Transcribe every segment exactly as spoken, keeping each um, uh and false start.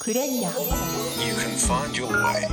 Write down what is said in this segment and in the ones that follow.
クレリア You can find your way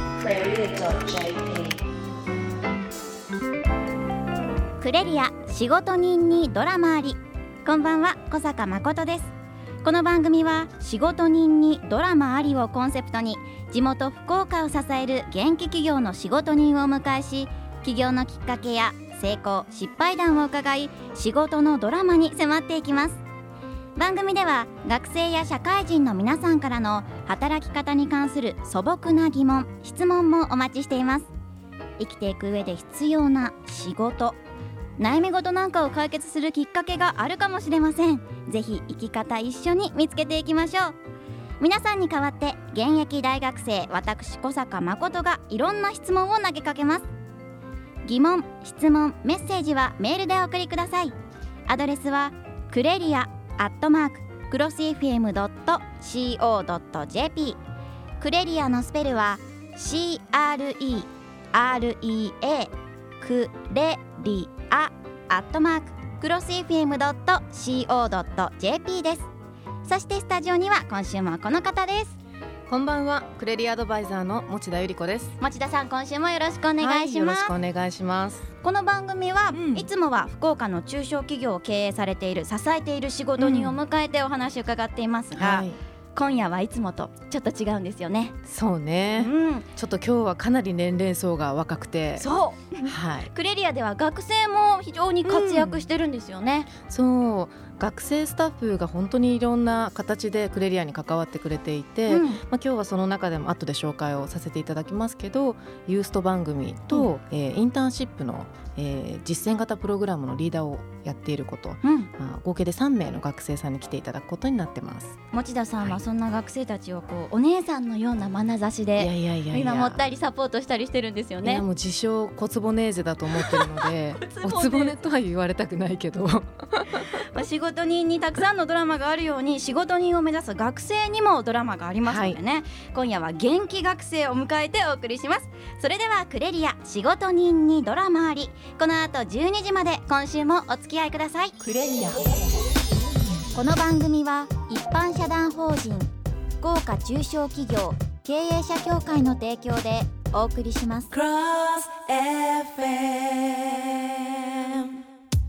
クレリア仕事人にドラマあり。こんばんは、小坂誠です。この番組は仕事人にドラマありをコンセプトに、地元福岡を支える元気企業の仕事人をお迎えし、起業のきっかけや成功失敗談を伺い、仕事のドラマに迫っていきます。番組では学生や社会人の皆さんからの働き方に関する素朴な疑問・質問もお待ちしています。生きていく上で必要な仕事、悩み事なんかを解決するきっかけがあるかもしれません。ぜひ生き方一緒に見つけていきましょう。皆さんに代わって現役大学生私小坂誠がいろんな質問を投げかけます。疑問・質問・メッセージはメールでお送りください。アドレスはクレリアアットマーククロス エフエムドットシーオードットジェーピー。 クレリアのスペルは シーアールイーアールイーエー クレリアアットマーククロス エフエムドットシーオードットジェーピー です。そしてスタジオには今週もこの方です。 こんばんは、クレリアアドバイザーの持田由里子です。 持田さん、今週もよろしくお願いします。 はい、よろしくお願いします。 この番組は、 うん、 いつもは福岡の中小企業を経営されている支えている仕事人を迎えてお話を伺っていますが、うんはい、今夜はいつもとちょっと違うんですよね。 そうね、うん、ちょっと今日はかなり年齢層が若くて、 そう、はい、クレリアでは学生も非常に活躍してるんですよね、 うん、そう学生スタッフが本当にいろんな形でクレリアに関わってくれていて、うんまあ、今日はその中でも後で紹介をさせていただきますけど、ユースト番組と、うんえー、インターンシップの、えー、実践型プログラムのリーダーをやっていること、うんまあ、合計でさんめいの学生さんに来ていただくことになってます。 持田さんはそんな学生たちをこうお姉さんのような眼差しで見守ったりサポートしたりしてるんですよね。 いやもう自称小坪ネーゼだと思ってるのでおつぼねとは言われたくないけど仕事人にたくさんのドラマがあるように、仕事人を目指す学生にもドラマがありますのでね、はい、今夜は元気学生を迎えてお送りします。それではクレリア仕事人にドラマあり、この後じゅうにじまで今週もお付き合いください。クレリア。この番組は一般社団法人福岡中小企業経営者協会の提供でお送りします。クロス エフエム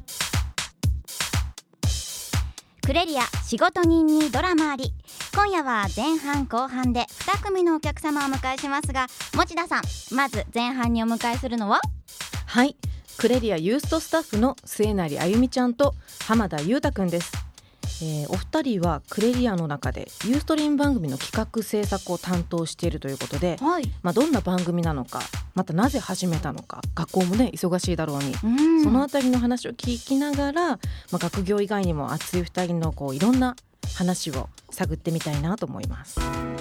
クレリア仕事人にドラマあり。今夜は前半後半でに組のお客様をお迎えしますが、持田さん、まず前半にお迎えするのは、 はい、クレリアユーストスタッフの末成あゆみちゃんと浜田裕太くんです。えー、お二人はクレリアの中でユーストリーム番組の企画制作を担当しているということで、はいまあ、どんな番組なのか、またなぜ始めたのか、学校もね忙しいだろうに、うんそのあたりの話を聞きながら、まあ、学業以外にも熱い二人のこういろんな話を探ってみたいなと思います。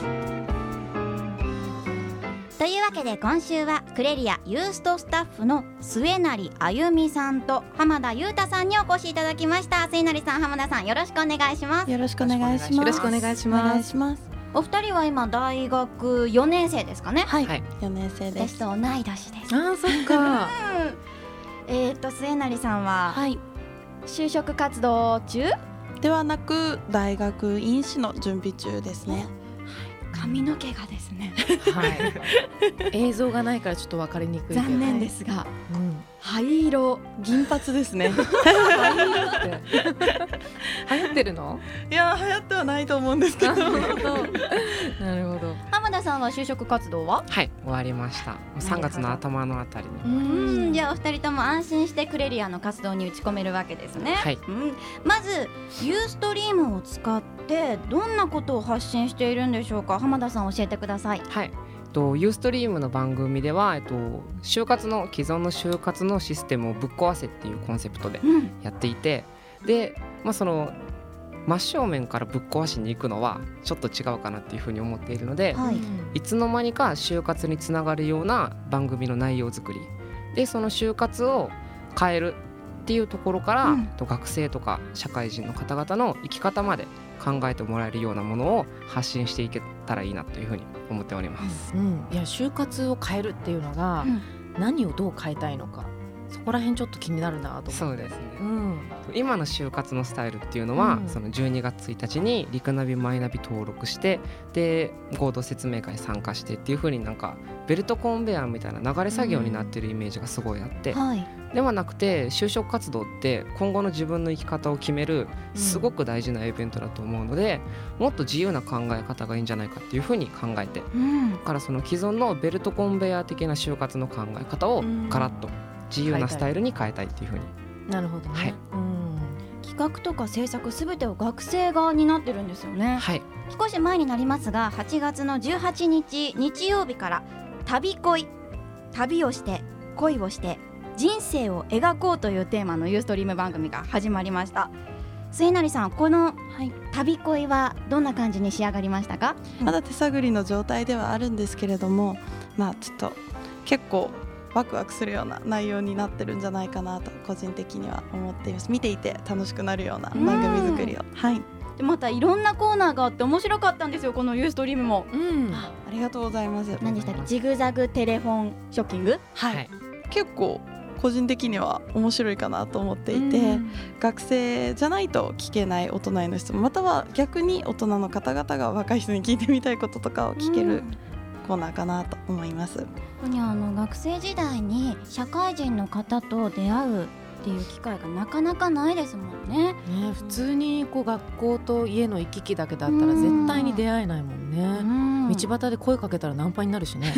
というわけで今週はクレリアユーストスタッフの末成あゆみさんと浜田裕太さんにお越しいただきました。末成さん、浜田さん、よろしくお願いします。 よろしくお願いします。 よろしくお願いします。 お二人は今大学よねん生ですかね。 はい、はい、よねん生です。 私と同い年です。 あーそっかえっと末成さんは、はい、就職活動中ではなく大学院士の準備中ですね。 髪の毛がですね、 はい、映像がないからちょっと分かりにくいけど残念ですが、うん、 灰色銀髪ですね灰色って流行ってるの？ いや流行ってはないと思うんですけどなるほど。 浜田さんは就職活動は？ はい、終わりました。さんがつの頭のあたりに終わりました。うん、じゃあお二人とも安心してクレリアの活動に打ち込めるわけですね。 はい、 うん、まずユーストリームを使ってどんなことを発信しているんでしょうか。浜田さん、教えてください。 はい、とユーストリームの番組では、えっと、就活の既存の就活のシステムをぶっ壊せっていうコンセプトでやっていて、うん、で、まあ、その真正面からぶっ壊しに行くのはちょっと違うかなっていうふうに思っているので、はい、いつの間にか就活につながるような番組の内容作りで、その就活を変えるっていうところから、うん、と学生とか社会人の方々の生き方まで考えてもらえるようなものを発信していけたらいいなというふうに思っております、 うんうん、いや就活を変えるっていうのが、うん、何をどう変えたいのか、 そこら辺ちょっと気になるなと思って。 そうですね、 うん、 今の就活のスタイルっていうのは、 うん、 そのじゅうにがつついたちにリクナビマイナビ登録してで合同説明会参加してっていう風になんかベルトコンベヤーみたいな流れ作業になってるイメージがすごいあって、 はい、 ではなくて就職活動って今後の自分の生き方を決めるすごく大事なイベントだと思うので、うん、もっと自由な考え方がいいんじゃないかっていう風に考えて、うん、だからその既存のベルトコンベヤー的な就活の考え方をガラッと自由なスタイルに変えたいっていう風に、 うん、なるほどね、はい、うん、 企画とか制作すべてを学生が担ってるんですよね。 はい、 少し前になりますがはちがつのじゅうはちにち日曜日から旅恋、旅をして恋をして人生を描こうというテーマのユーストリーム番組が始まりました。末成さん、この旅恋はどんな感じに仕上がりましたか？ まだ手探りの状態ではあるんですけれども、まあちょっと結構ワクワクするような内容になってるんじゃないかなと個人的には思っています。見ていて楽しくなるような番組作りを、はい、 でまたいろんなコーナーがあって面白かったんですよ、このユーストリームも、うん、 あ, ありがとうございます。 何でしたっけ、ジグザグテレフォンショッキング、 はい、はい、結構個人的には面白いかなと思っていて、学生じゃないと聞けない大人への質問、または逆に大人の方々が若い人に聞いてみたいこととかを聞けるコーナーかなと思います。 あの学生時代に社会人の方と出会うっていう機会がなかなかないですもん ね, ね普通にこう学校と家の行き来だけだったら絶対に出会えないもんね。道端で声かけたらナンパになるしね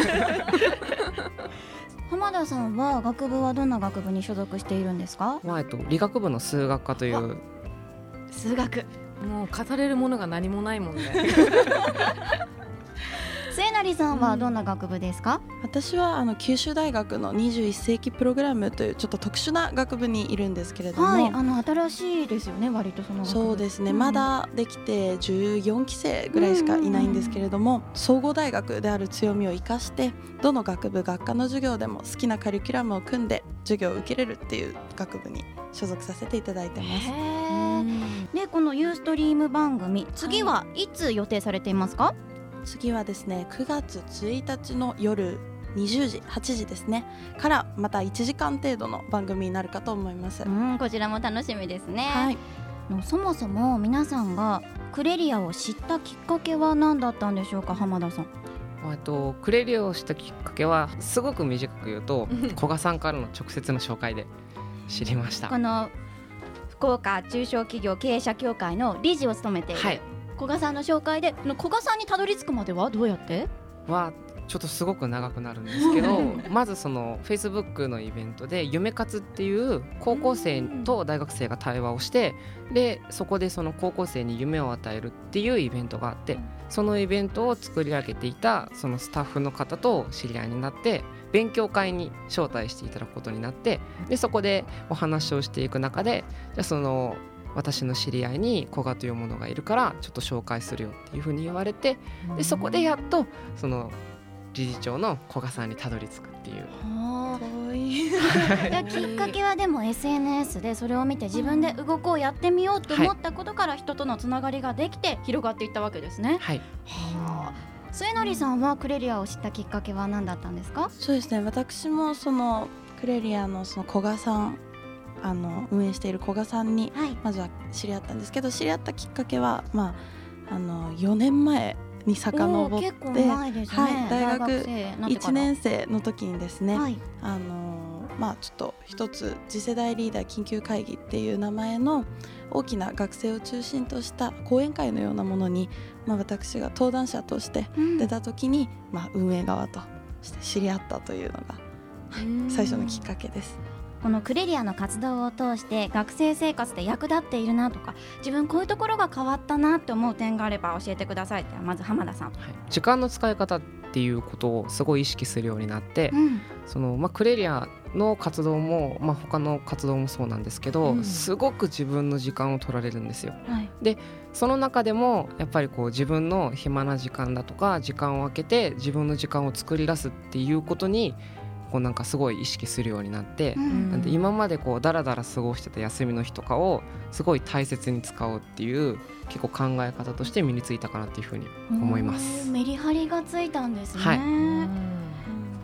浜田さんは学部はどんな学部に所属しているんですか？ まあえっと、理学部の数学科という。 数学、 もう語れるものが何もないもんね末成さんはどんな学部ですか？ うん、私はあの九州大学のにじゅういっせいきプログラムというちょっと特殊な学部にいるんですけれども、 はい、あの新しいですよね、割とその学部。 そうですね、うん、まだできてじゅうよんきせいぐらいしかいないんですけれども、うんうん、総合大学である強みを生かしてどの学部学科の授業でも好きなカリキュラムを組んで授業を受けれるっていう学部に所属させていただいてます。 へでこのユーストリーム番組、次はいつ予定されていますか？ 次はですねくがつついたちの夜にじゅうじはちじですねからまたいちじかん程度の番組になるかと思います。 うん、こちらも楽しみですね。 はい、 のそもそも皆さんがクレリアを知ったきっかけは何だったんでしょうか？浜田さん。 えっと、クレリアを知ったきっかけはすごく短く言うと古賀さんからの直接の紹介で知りました。 この福岡中小企業経営者協会の理事を務めている、はい、古賀さんの紹介で、古賀さんにたどり着くまではどうやってはちょっとすごく長くなるんですけどまずその Facebook のイベントで夢活っていう高校生と大学生が対話をして、でそこでその高校生に夢を与えるっていうイベントがあって、そのイベントを作り上げていたそのスタッフの方と知り合いになって勉強会に招待していただくことになって、でそこでお話をしていく中で、じゃあその私の知り合いに古賀というものがいるからちょっと紹介するよっていうふうに言われて、でそこでやっとその理事長の古賀さんにたどり着くっていう。 はあ、いいきっかけはでも エスエヌエス でそれを見て自分で動こうやってみようと思ったことから人とのつながりができて広がっていったわけですね。 はい。 はあ、末成さんはクレリアを知ったきっかけは何だったんですか？ そうですね、私もそのクレリアのその古賀さん、あの運営している古賀さんにまずは知り合ったんですけど、はい、知り合ったきっかけは、まあ、あのよねんまえに遡って、 結構前ですね、 はい、大学いちねんせいの時にですね、はい、あのまあ、ちょっと一つ次世代リーダー緊急会議っていう名前の大きな学生を中心とした講演会のようなものに、まあ、私が登壇者として出た時に、うん、まあ、運営側として知り合ったというのが、はい、最初のきっかけです。 このクレリアの活動を通して学生生活で役立っているなとか、自分こういうところが変わったなって思う点があれば教えてください。ではまず浜田さん。はい、 時間の使い方っていうことをすごい意識するようになって、うん、そのまあ、クレリアの活動も、まあ、他の活動もそうなんですけど、うん、すごく自分の時間を取られるんですよ。はい、でその中でもやっぱりこう自分の暇な時間だとか時間を空けて自分の時間を作り出すっていうことにこうなんかすごい意識するようになって、うん、なんで今までこうダラダラ過ごしてた休みの日とかをすごい大切に使おうっていう結構考え方として身についたかなっていうふうに思います。 メリハリがついたんですね。 はい、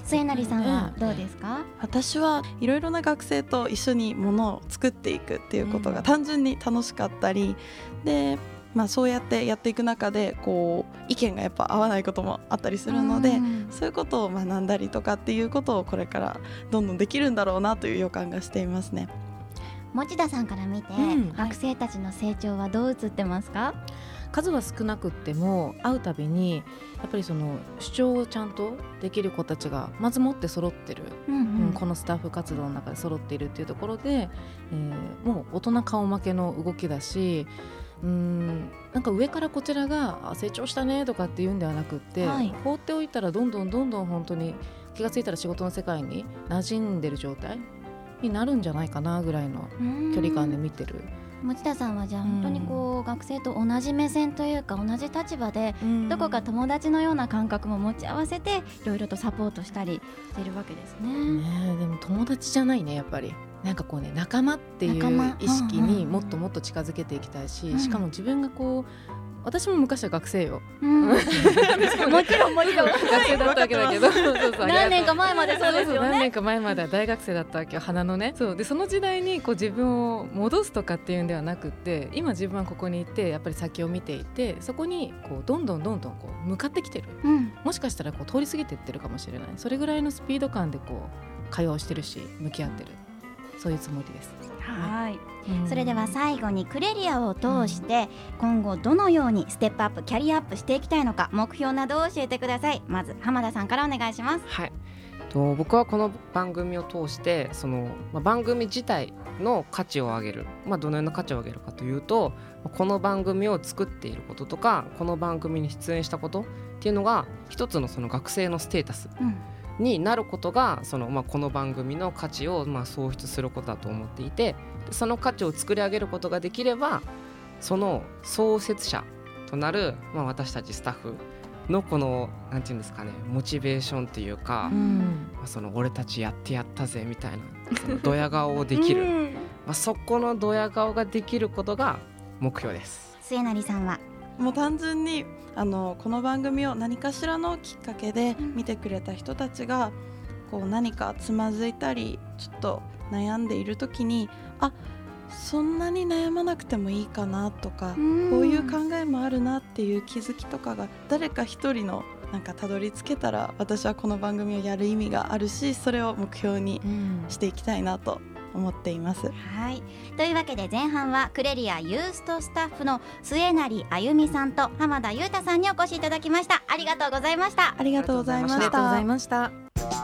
末成さんはどうですか？ 私はいろいろな学生と一緒にものを作っていくっていうことが単純に楽しかったり、うん、で、まあ、そうやってやっていく中でこう意見がやっぱ合わないこともあったりするので、うん、そういうことを学んだりとかっていうことをこれからどんどんできるんだろうなという予感がしていますね。 持田さんから見て、うん、学生たちの成長はどう映ってますか？ 数は少なくっても会うたびにやっぱりその主張をちゃんとできる子たちがまずもって揃ってる、うんうんうん、このスタッフ活動の中で揃っているっていうところで、えー、もう大人顔負けの動きだし、うーんなんか上からこちらが成長したねとかっていうんではなくって、はい、放っておいたらどんどんどんどん本当に気がついたら仕事の世界に馴染んでる状態になるんじゃないかなぐらいの距離感で見てる。 持田さんはじゃあ本当にこう、うん、学生と同じ目線というか同じ立場で、うん、どこか友達のような感覚も持ち合わせていろいろとサポートしたりしているわけです ね, ねでも友達じゃないねやっぱりなんかこうね仲間っていう意識にもっともっと近づけていきたいし、うん、しかも自分がこう私も昔は学生よ、うん、もちろんもちろん学生だったわけだけどそうそう何年か前までそうですよね。そうそう何年か前までは大学生だったわけよ花のね。そうでその時代にこう自分を戻すとかっていうんではなくって今自分はここにいてやっぱり先を見ていてそこにこうどんどんどんどんこう向かってきてる、うん、もしかしたらこう通り過ぎていってるかもしれない。それぐらいのスピード感でこう会話をしてるし向き合ってる、そういうつもりです。 はい、うん、それでは最後にクレリアを通して今後どのようにステップアップキャリアアップしていきたいのか目標などを教えてください。まず浜田さんからお願いします。 はい、と僕はこの番組を通してその、まあ、番組自体の価値を上げる、まあ、どのような価値を上げるかというとこの番組を作っていることとかこの番組に出演したことっていうのが一つのその学生のステータス、うんになることがその、まあ、この番組の価値をまあ創出することだと思っていて、その価値を作り上げることができればその創設者となる、まあ、私たちスタッフのこのなんていうんですかねモチベーションというか、うんまあ、その俺たちやってやったぜみたいなそのドヤ顔をできる、うんまあ、そこのドヤ顔ができることが目標です。 末成さんはもう単純にあのこの番組を何かしらのきっかけで見てくれた人たちがこう何かつまずいたりちょっと悩んでいる時にあそんなに悩まなくてもいいかなとかこういう考えもあるなっていう気づきとかが誰か一人のなんかたどり着けたら私はこの番組をやる意味があるしそれを目標にしていきたいなと思っています。 はい、というわけで前半はクレリアユーストスタッフの末成あゆみさんと浜田裕太さんにお越しいただきました。ありがとうございました。 ありがとうございました。 ありがとうございました。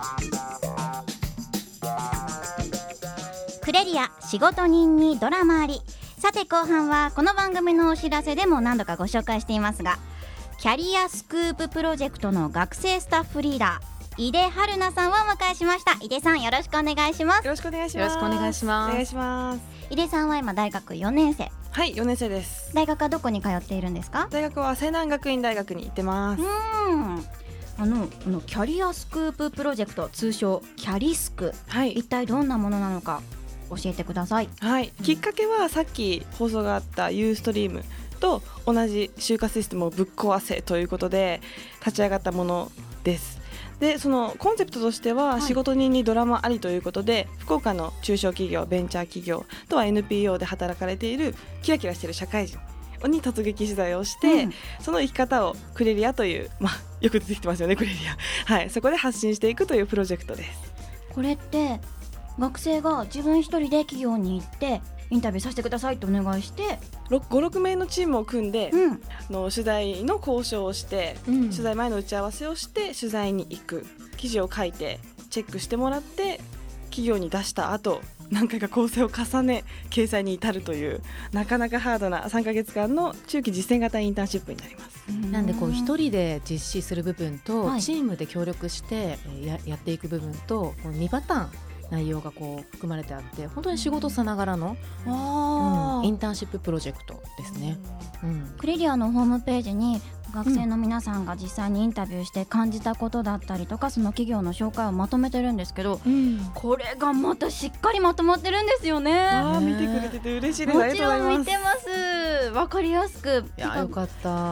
クレリア仕事人にドラマあり。さて後半はこの番組のお知らせでも何度かご紹介していますがキャリアスクーププロジェクトの学生スタッフリーダー井出春菜さんをお迎えしました。井出さんよろしくお願いします。 よろしくお願いします。 よろしくお願いします。 お願いします。 井出さんは今大学よねん生。 はいよねん生です。 大学はどこに通っているんですか？ 大学は西南学院大学に行ってます。 うんあのこのキャリアスクーププロジェクト通称キャリスク、はい、一体どんなものなのか教えてください。 はい、きっかけはさっき放送があったユーストリームと同じ就活システムをぶっ壊せということで立ち上がったものです。でそのコンセプトとしては仕事人にドラマありということで、はい、福岡の中小企業ベンチャー企業とは エヌピーオー で働かれているキラキラしている社会人に突撃取材をして、うん、その生き方をクレリアという、まあ、よく出てきてますよねクレリア、はい、そこで発信していくというプロジェクトです。 これって学生が自分一人で企業に行ってインタビューさせてくださいとお願いしてご、ろくめいのチームを組んで、うん、の取材の交渉をして、うん、取材前の打ち合わせをして取材に行く記事を書いてチェックしてもらって企業に出した後何回か構成を重ね掲載に至るというなかなかハードなさんかげつかんの中期実践型インターンシップになります。 なんでこう一人で実施する部分と、はい、チームで協力して や, やっていく部分とにパターン内容がこう含まれてあって本当に仕事さながらの、うんうん、インターンシッププロジェクトですね、 うん、クレリアのホームページに学生の皆さんが実際にインタビューして感じたことだったりとかその企業の紹介をまとめてるんですけど、うん、これがまたしっかりまとまってるんですよね。 あ見てくれてて嬉しいです。 もちろん見てます。わかりやすくいやよかった。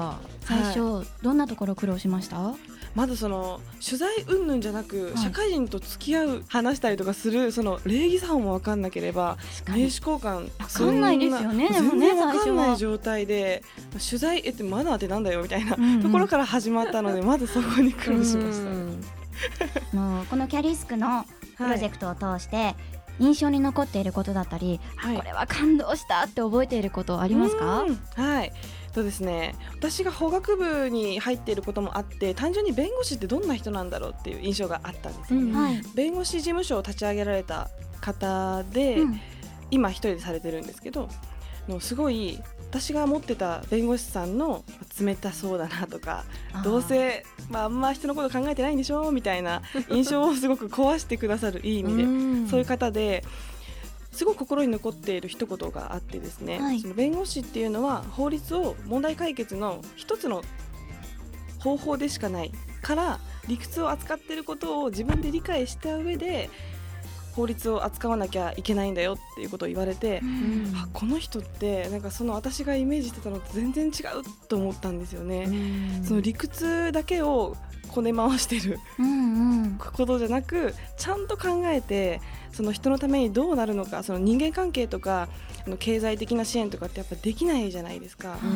最初、はい、どんなところ苦労しました？ まずその取材云々じゃなく、はい、社会人と付き合う話したりとかするその礼儀作法も分かんなければ名刺交換分かんないですよね。でもね、 全然分かんない状態で取材えってマナーってなんだよみたいな、うんうん、ところから始まったのでまずそこに苦労しました。 もうこのキャリスクのプロジェクトを通して印象に残っていることだったり、はい、これは感動したって覚えていることありますか？ はい、そうですね、私が法学部に入っていることもあって単純に弁護士ってどんな人なんだろうっていう印象があったんですよね、うんはい、弁護士事務所を立ち上げられた方で、うん、今一人でされてるんですけどのすごい私が持ってた弁護士さんの冷たそうだなとかどうせ、まあ、あんま人のこと考えてないんでしょみたいな印象をすごく壊してくださるいい意味でそういう方ですごく心に残っている一言があってですね、はい、その弁護士っていうのは法律を問題解決の一つの方法でしかないから理屈を扱っていることを自分で理解した上で法律を扱わなきゃいけないんだよっていうことを言われて、うん、あこの人ってなんかその私がイメージしてたのと全然違うと思ったんですよね、うん、その理屈だけをこね回してる、うんうん、ことじゃなくちゃんと考えてその人のためにどうなるのかその人間関係とかあの経済的な支援とかってやっぱできないじゃないですか、うん、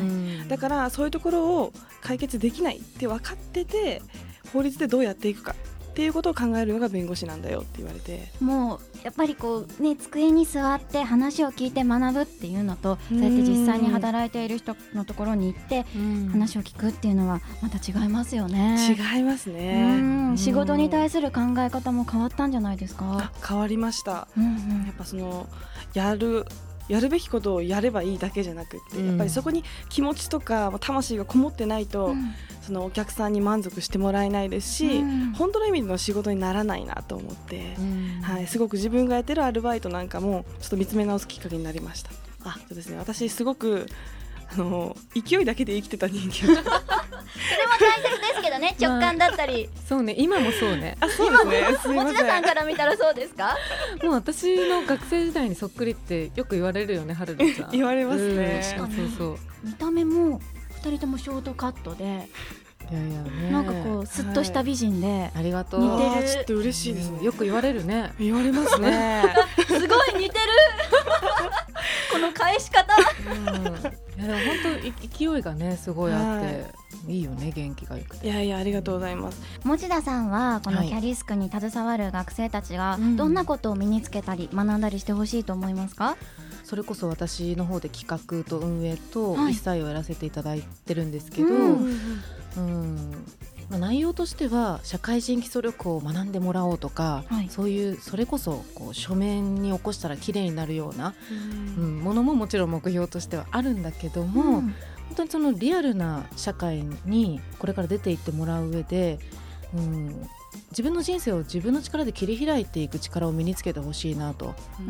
だからそういうところを解決できないって分かってて法律でどうやっていくかっていうことを考えるのが弁護士なんだよって言われてもうやっぱりこうね机に座って話を聞いて学ぶっていうのとそうやって実際に働いている人のところに行って話を聞くっていうのはまた違いますよね。 違いますね。 うん仕事に対する考え方も変わったんじゃないですか？ あ変わりました、うんうん、やっぱそのやるやるべきことをやればいいだけじゃなくって、うん、やっぱりそこに気持ちとか魂がこもってないと、うん、そのお客さんに満足してもらえないですし、うん、本当の意味での仕事にならないなと思って、うんはい、すごく自分がやってるアルバイトなんかもちょっと見つめ直すきっかけになりました。あそうですね、私すごくあの勢いだけで生きてた人間それも大切ですけどね直感だったり、 まあ、そうね今もそうねあそうですねすいません持田さんから見たらそうですか？ もう私の学生時代にそっくりってよく言われるよねはるるちゃん言われますね。 しかもそうそう見た目もふたりともショートカットでいやいやね、 なんかこうスッとした美人で、はい、 ありがとう似てるちょっと嬉しいですね、 うん、よく言われるね言われますねすごい似てるこの返し方、 うん、いやでも本当勢いがねすごいあって、はい、いいよね元気がよくて。 いやいやありがとうございます。 持田さんはこのキャリスクに携わる学生たちがどんなことを身につけたり学んだりしてほしいと思いますか？ それこそ私の方で企画と運営と一切をやらせていただいてるんですけど、はいうんうんまあ、内容としては社会人基礎力を学んでもらおうとか、はい、そういうそれこそこう書面に起こしたら綺麗になるような、うんうん、ものももちろん目標としてはあるんだけども、うん、本当にそのリアルな社会にこれから出ていってもらう上で、うん、自分の人生を自分の力で切り開いていく力を身につけてほしいなと、うん、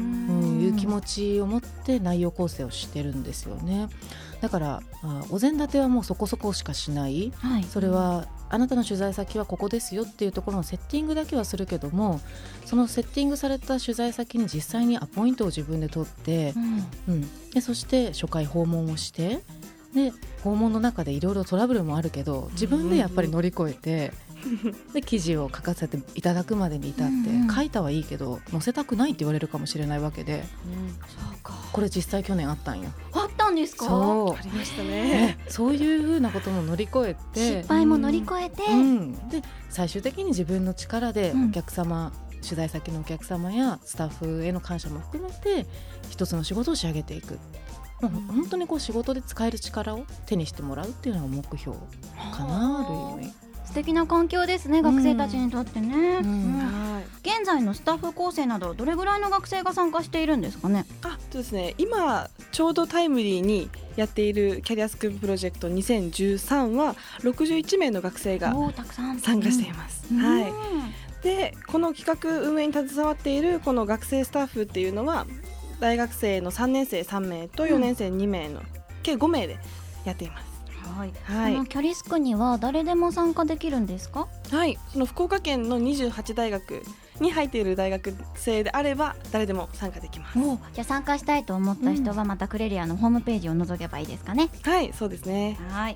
いう気持ちを持って内容構成をしてるんですよね。だからあお膳立てはもうそこそこしかしない、はい、それはあなたの取材先はここですよっていうところのセッティングだけはするけどもそのセッティングされた取材先に実際にアポイントを自分で取って、うんうん、でそして初回訪問をしてで訪問の中でいろいろトラブルもあるけど自分でやっぱり乗り越えて、うん、で記事を書かせていただくまでに至って、うんうん、書いたはいいけど載せたくないって言われるかもしれないわけで、うん、そうかこれ実際去年あったんよ。 あったんですか？ そうありましたね。 ねそういう風なことも乗り越えて失敗も乗り越えて、 うんうん、で最終的に自分の力でお客様、うん、取材先のお客様やスタッフへの感謝も含めて一つの仕事を仕上げていく。もう本当にこう仕事で使える力を手にしてもらうっていうのが目標かな。ある意味素敵な環境ですね、学生たちにとってね、うんうんはい、現在のスタッフ構成などどれぐらいの学生が参加しているんですかね？ あそうですね、今ちょうどタイムリーにやっているキャリアスクーププロジェクトにせんじゅうさんはろくじゅういちめいの学生が参加しています、うんはい、でこの企画運営に携わっているこの学生スタッフっていうのは大学生のさんねんせいさんめいとよねんせいにめいの計ごめいでやっています。 はいはい、このキャリスクには誰でも参加できるんですか？ はい、その福岡県のにじゅうはちだいがくに入っている大学生であれば誰でも参加できます。 おじゃあ参加したいと思った人はまたクレリアのホームページを覗けばいいですかね？ うん、はいそうですね。 はい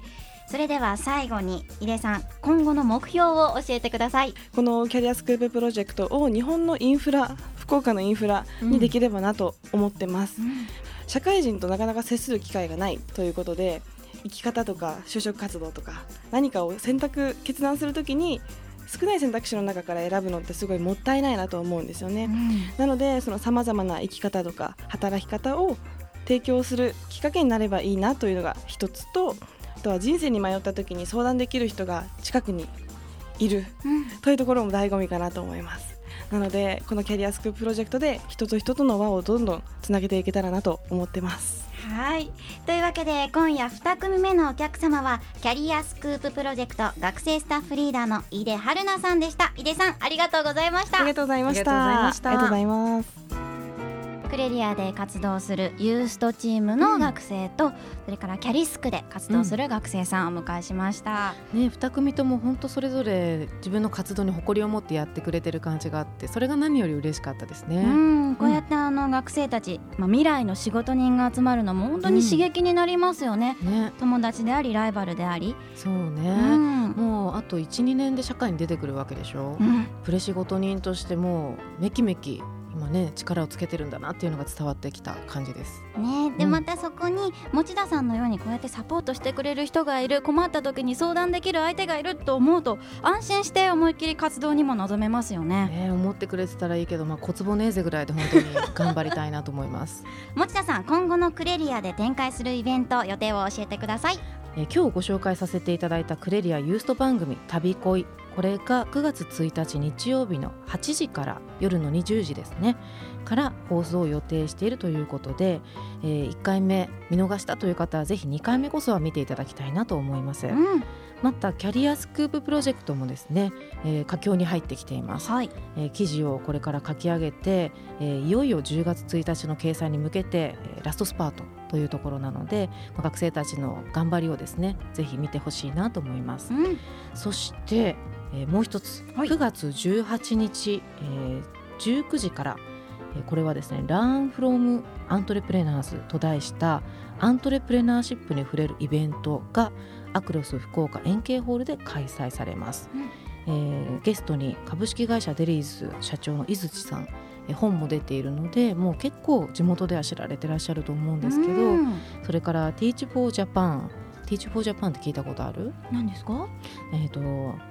それでは最後に井出さん、今後の目標を教えてください。 このキャリアスクーププロジェクトを日本のインフラ、福岡のインフラにできればなと思ってます、うん、社会人となかなか接する機会がないということで、生き方とか就職活動とか何かを選択決断するときに少ない選択肢の中から選ぶのってすごいもったいないなと思うんですよね、うん、なのでその様々な生き方とか働き方を提供するきっかけになればいいなというのが一つと、あとは人生に迷った時に相談できる人が近くにいる、うん、というところも醍醐味かなと思います。なのでこのキャリアスクーププロジェクトで人と人との輪をどんどんつなげていけたらなと思ってます。 はい、というわけで今夜に組目のお客様はキャリアスクーププロジェクト学生スタッフリーダーの井出春菜さんでした。井出さん、ありがとうございました。 ありがとうございました。ありがとうございます。 クレリアで活動するユーストチームの学生と、うん、それからキャリスクで活動する学生さんをお迎えしました、 うんね、に組とも本当それぞれ自分の活動に誇りを持ってやってくれてる感じがあって、それが何より嬉しかったですね。 うん、こうやってあの学生たち、まあ、未来の仕事人が集まるのも本当に刺激になりますよね、うんね、友達でありライバルであり。 そうね、うん、もうあと いちにねんで社会に出てくるわけでしょ、うん、プレ仕事人としてもうめきめき今ね力をつけてるんだなっていうのが伝わってきた感じですね。で、うん、またそこに持田さんのようにこうやってサポートしてくれる人がいる、困った時に相談できる相手がいると思うと安心して思いっきり活動にも臨めますよ ね, ね思ってくれてたらいいけど、まあ、小坪ネーゼぐらいで本当に頑張りたいなと思います持田さん、今後のクレリアで展開するイベント予定を教えてください。 え今日ご紹介させていただいたクレリアユースト番組旅恋、これがくがつついたち日曜日のはちじから夜のにじゅうじですねから放送を予定しているということで、えー、いっかいめ見逃したという方はぜひにかいめこそは見ていただきたいなと思います、うん、またキャリアスクーププロジェクトもですね、えー、佳境に入ってきています、はいえー、記事をこれから書き上げて、えー、いよいよじゅうがつついたちの掲載に向けて、えー、ラストスパートというところなので、まあ、学生たちの頑張りをですねぜひ見てほしいなと思います、うん、そして、えー、もう一つ、はい、くがつじゅうはちにち、えー、じゅうくじから、えー、これはですね Learn from Entrepreneurs と題したアントレプレナーシップに触れるイベントがアクロス福岡円形ホールで開催されます、うんえー、ゲストに株式会社デリーズ社長の井槌さん、本も出ているのでもう結構地元では知られてらっしゃると思うんですけど、うん、それから Teach for Japan Teach for Japan って聞いたことある？ 何ですか？ えっと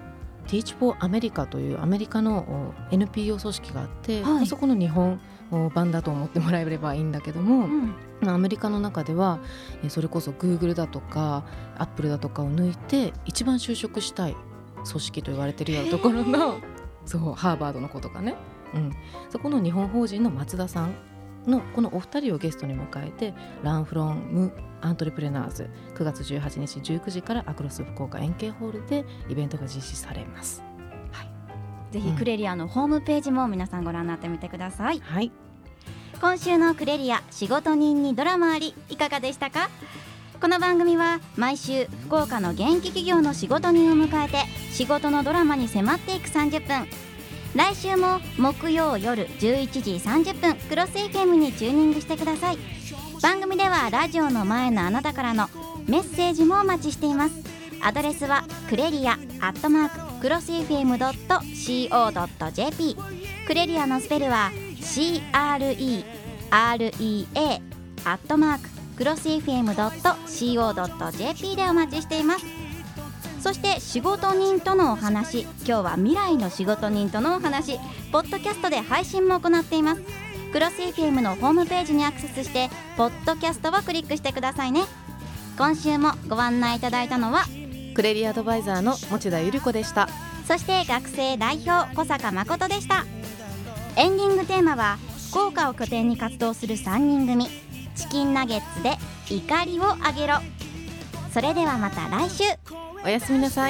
Teach for America というアメリカの エヌピーオー 組織があって、はい、そこの日本版だと思ってもらえればいいんだけども、うん、アメリカの中ではそれこそ Google だとか Apple だとかを抜いて一番就職したい組織と言われているようなところのそうハーバードの子とかね、うん、そこの日本法人の松田さんのこのお二人をゲストに迎えて Learn from Entrepreneurs くがつじゅうはちにちじゅうくじからアクロス福岡円形ホールでイベントが実施されます、はい、 ぜひクレリアのホームページも皆さんご覧になってみてください、 はい、 今週のクレリア仕事人にドラマありいかがでしたか？この番組は毎週福岡の現役企業の仕事人を迎えて仕事のドラマに迫っていくさんじゅっぷん、来週も木曜夜じゅういちじさんじゅっぷんクロス エフエム にチューニングしてください。番組ではラジオの前のあなたからのメッセージもお待ちしています。アドレスはクレリアアットマーククロス エフエムドットシーオードットジェーピー、 クレリアのスペルは シーアールイーアールイーエー アットマーククロス エフエムドットシーオードットジェーピー でお待ちしています。そして仕事人とのお話、今日は未来の仕事人とのお話、ポッドキャストで配信も行っています。クロス エフエム のホームページにアクセスしてポッドキャストをクリックしてくださいね。今週もご案内いただいたのはクレリアドバイザーの持田ゆり子でした。 そして学生代表小坂誠でした。エンディングテーマは福岡を拠点に活動するさんにん組チキンナゲッツで怒りをあげろ。それではまた来週、 おやすみなさい。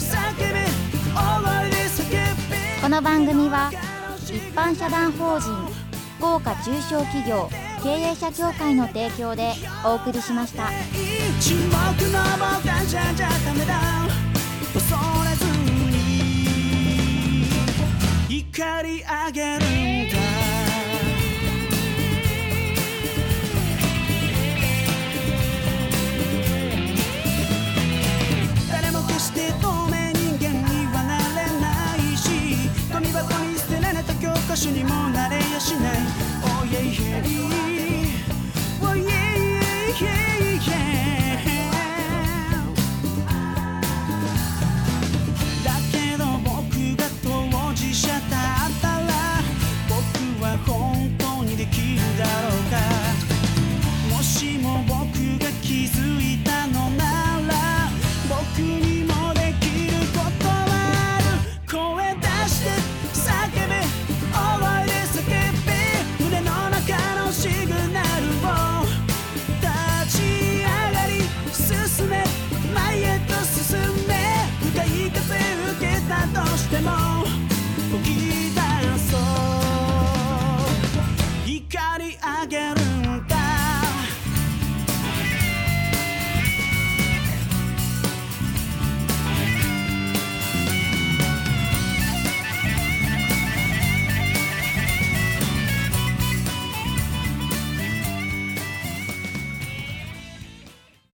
この番組は一般社団法人福岡中小企業経営者協会の提供でお送りしました。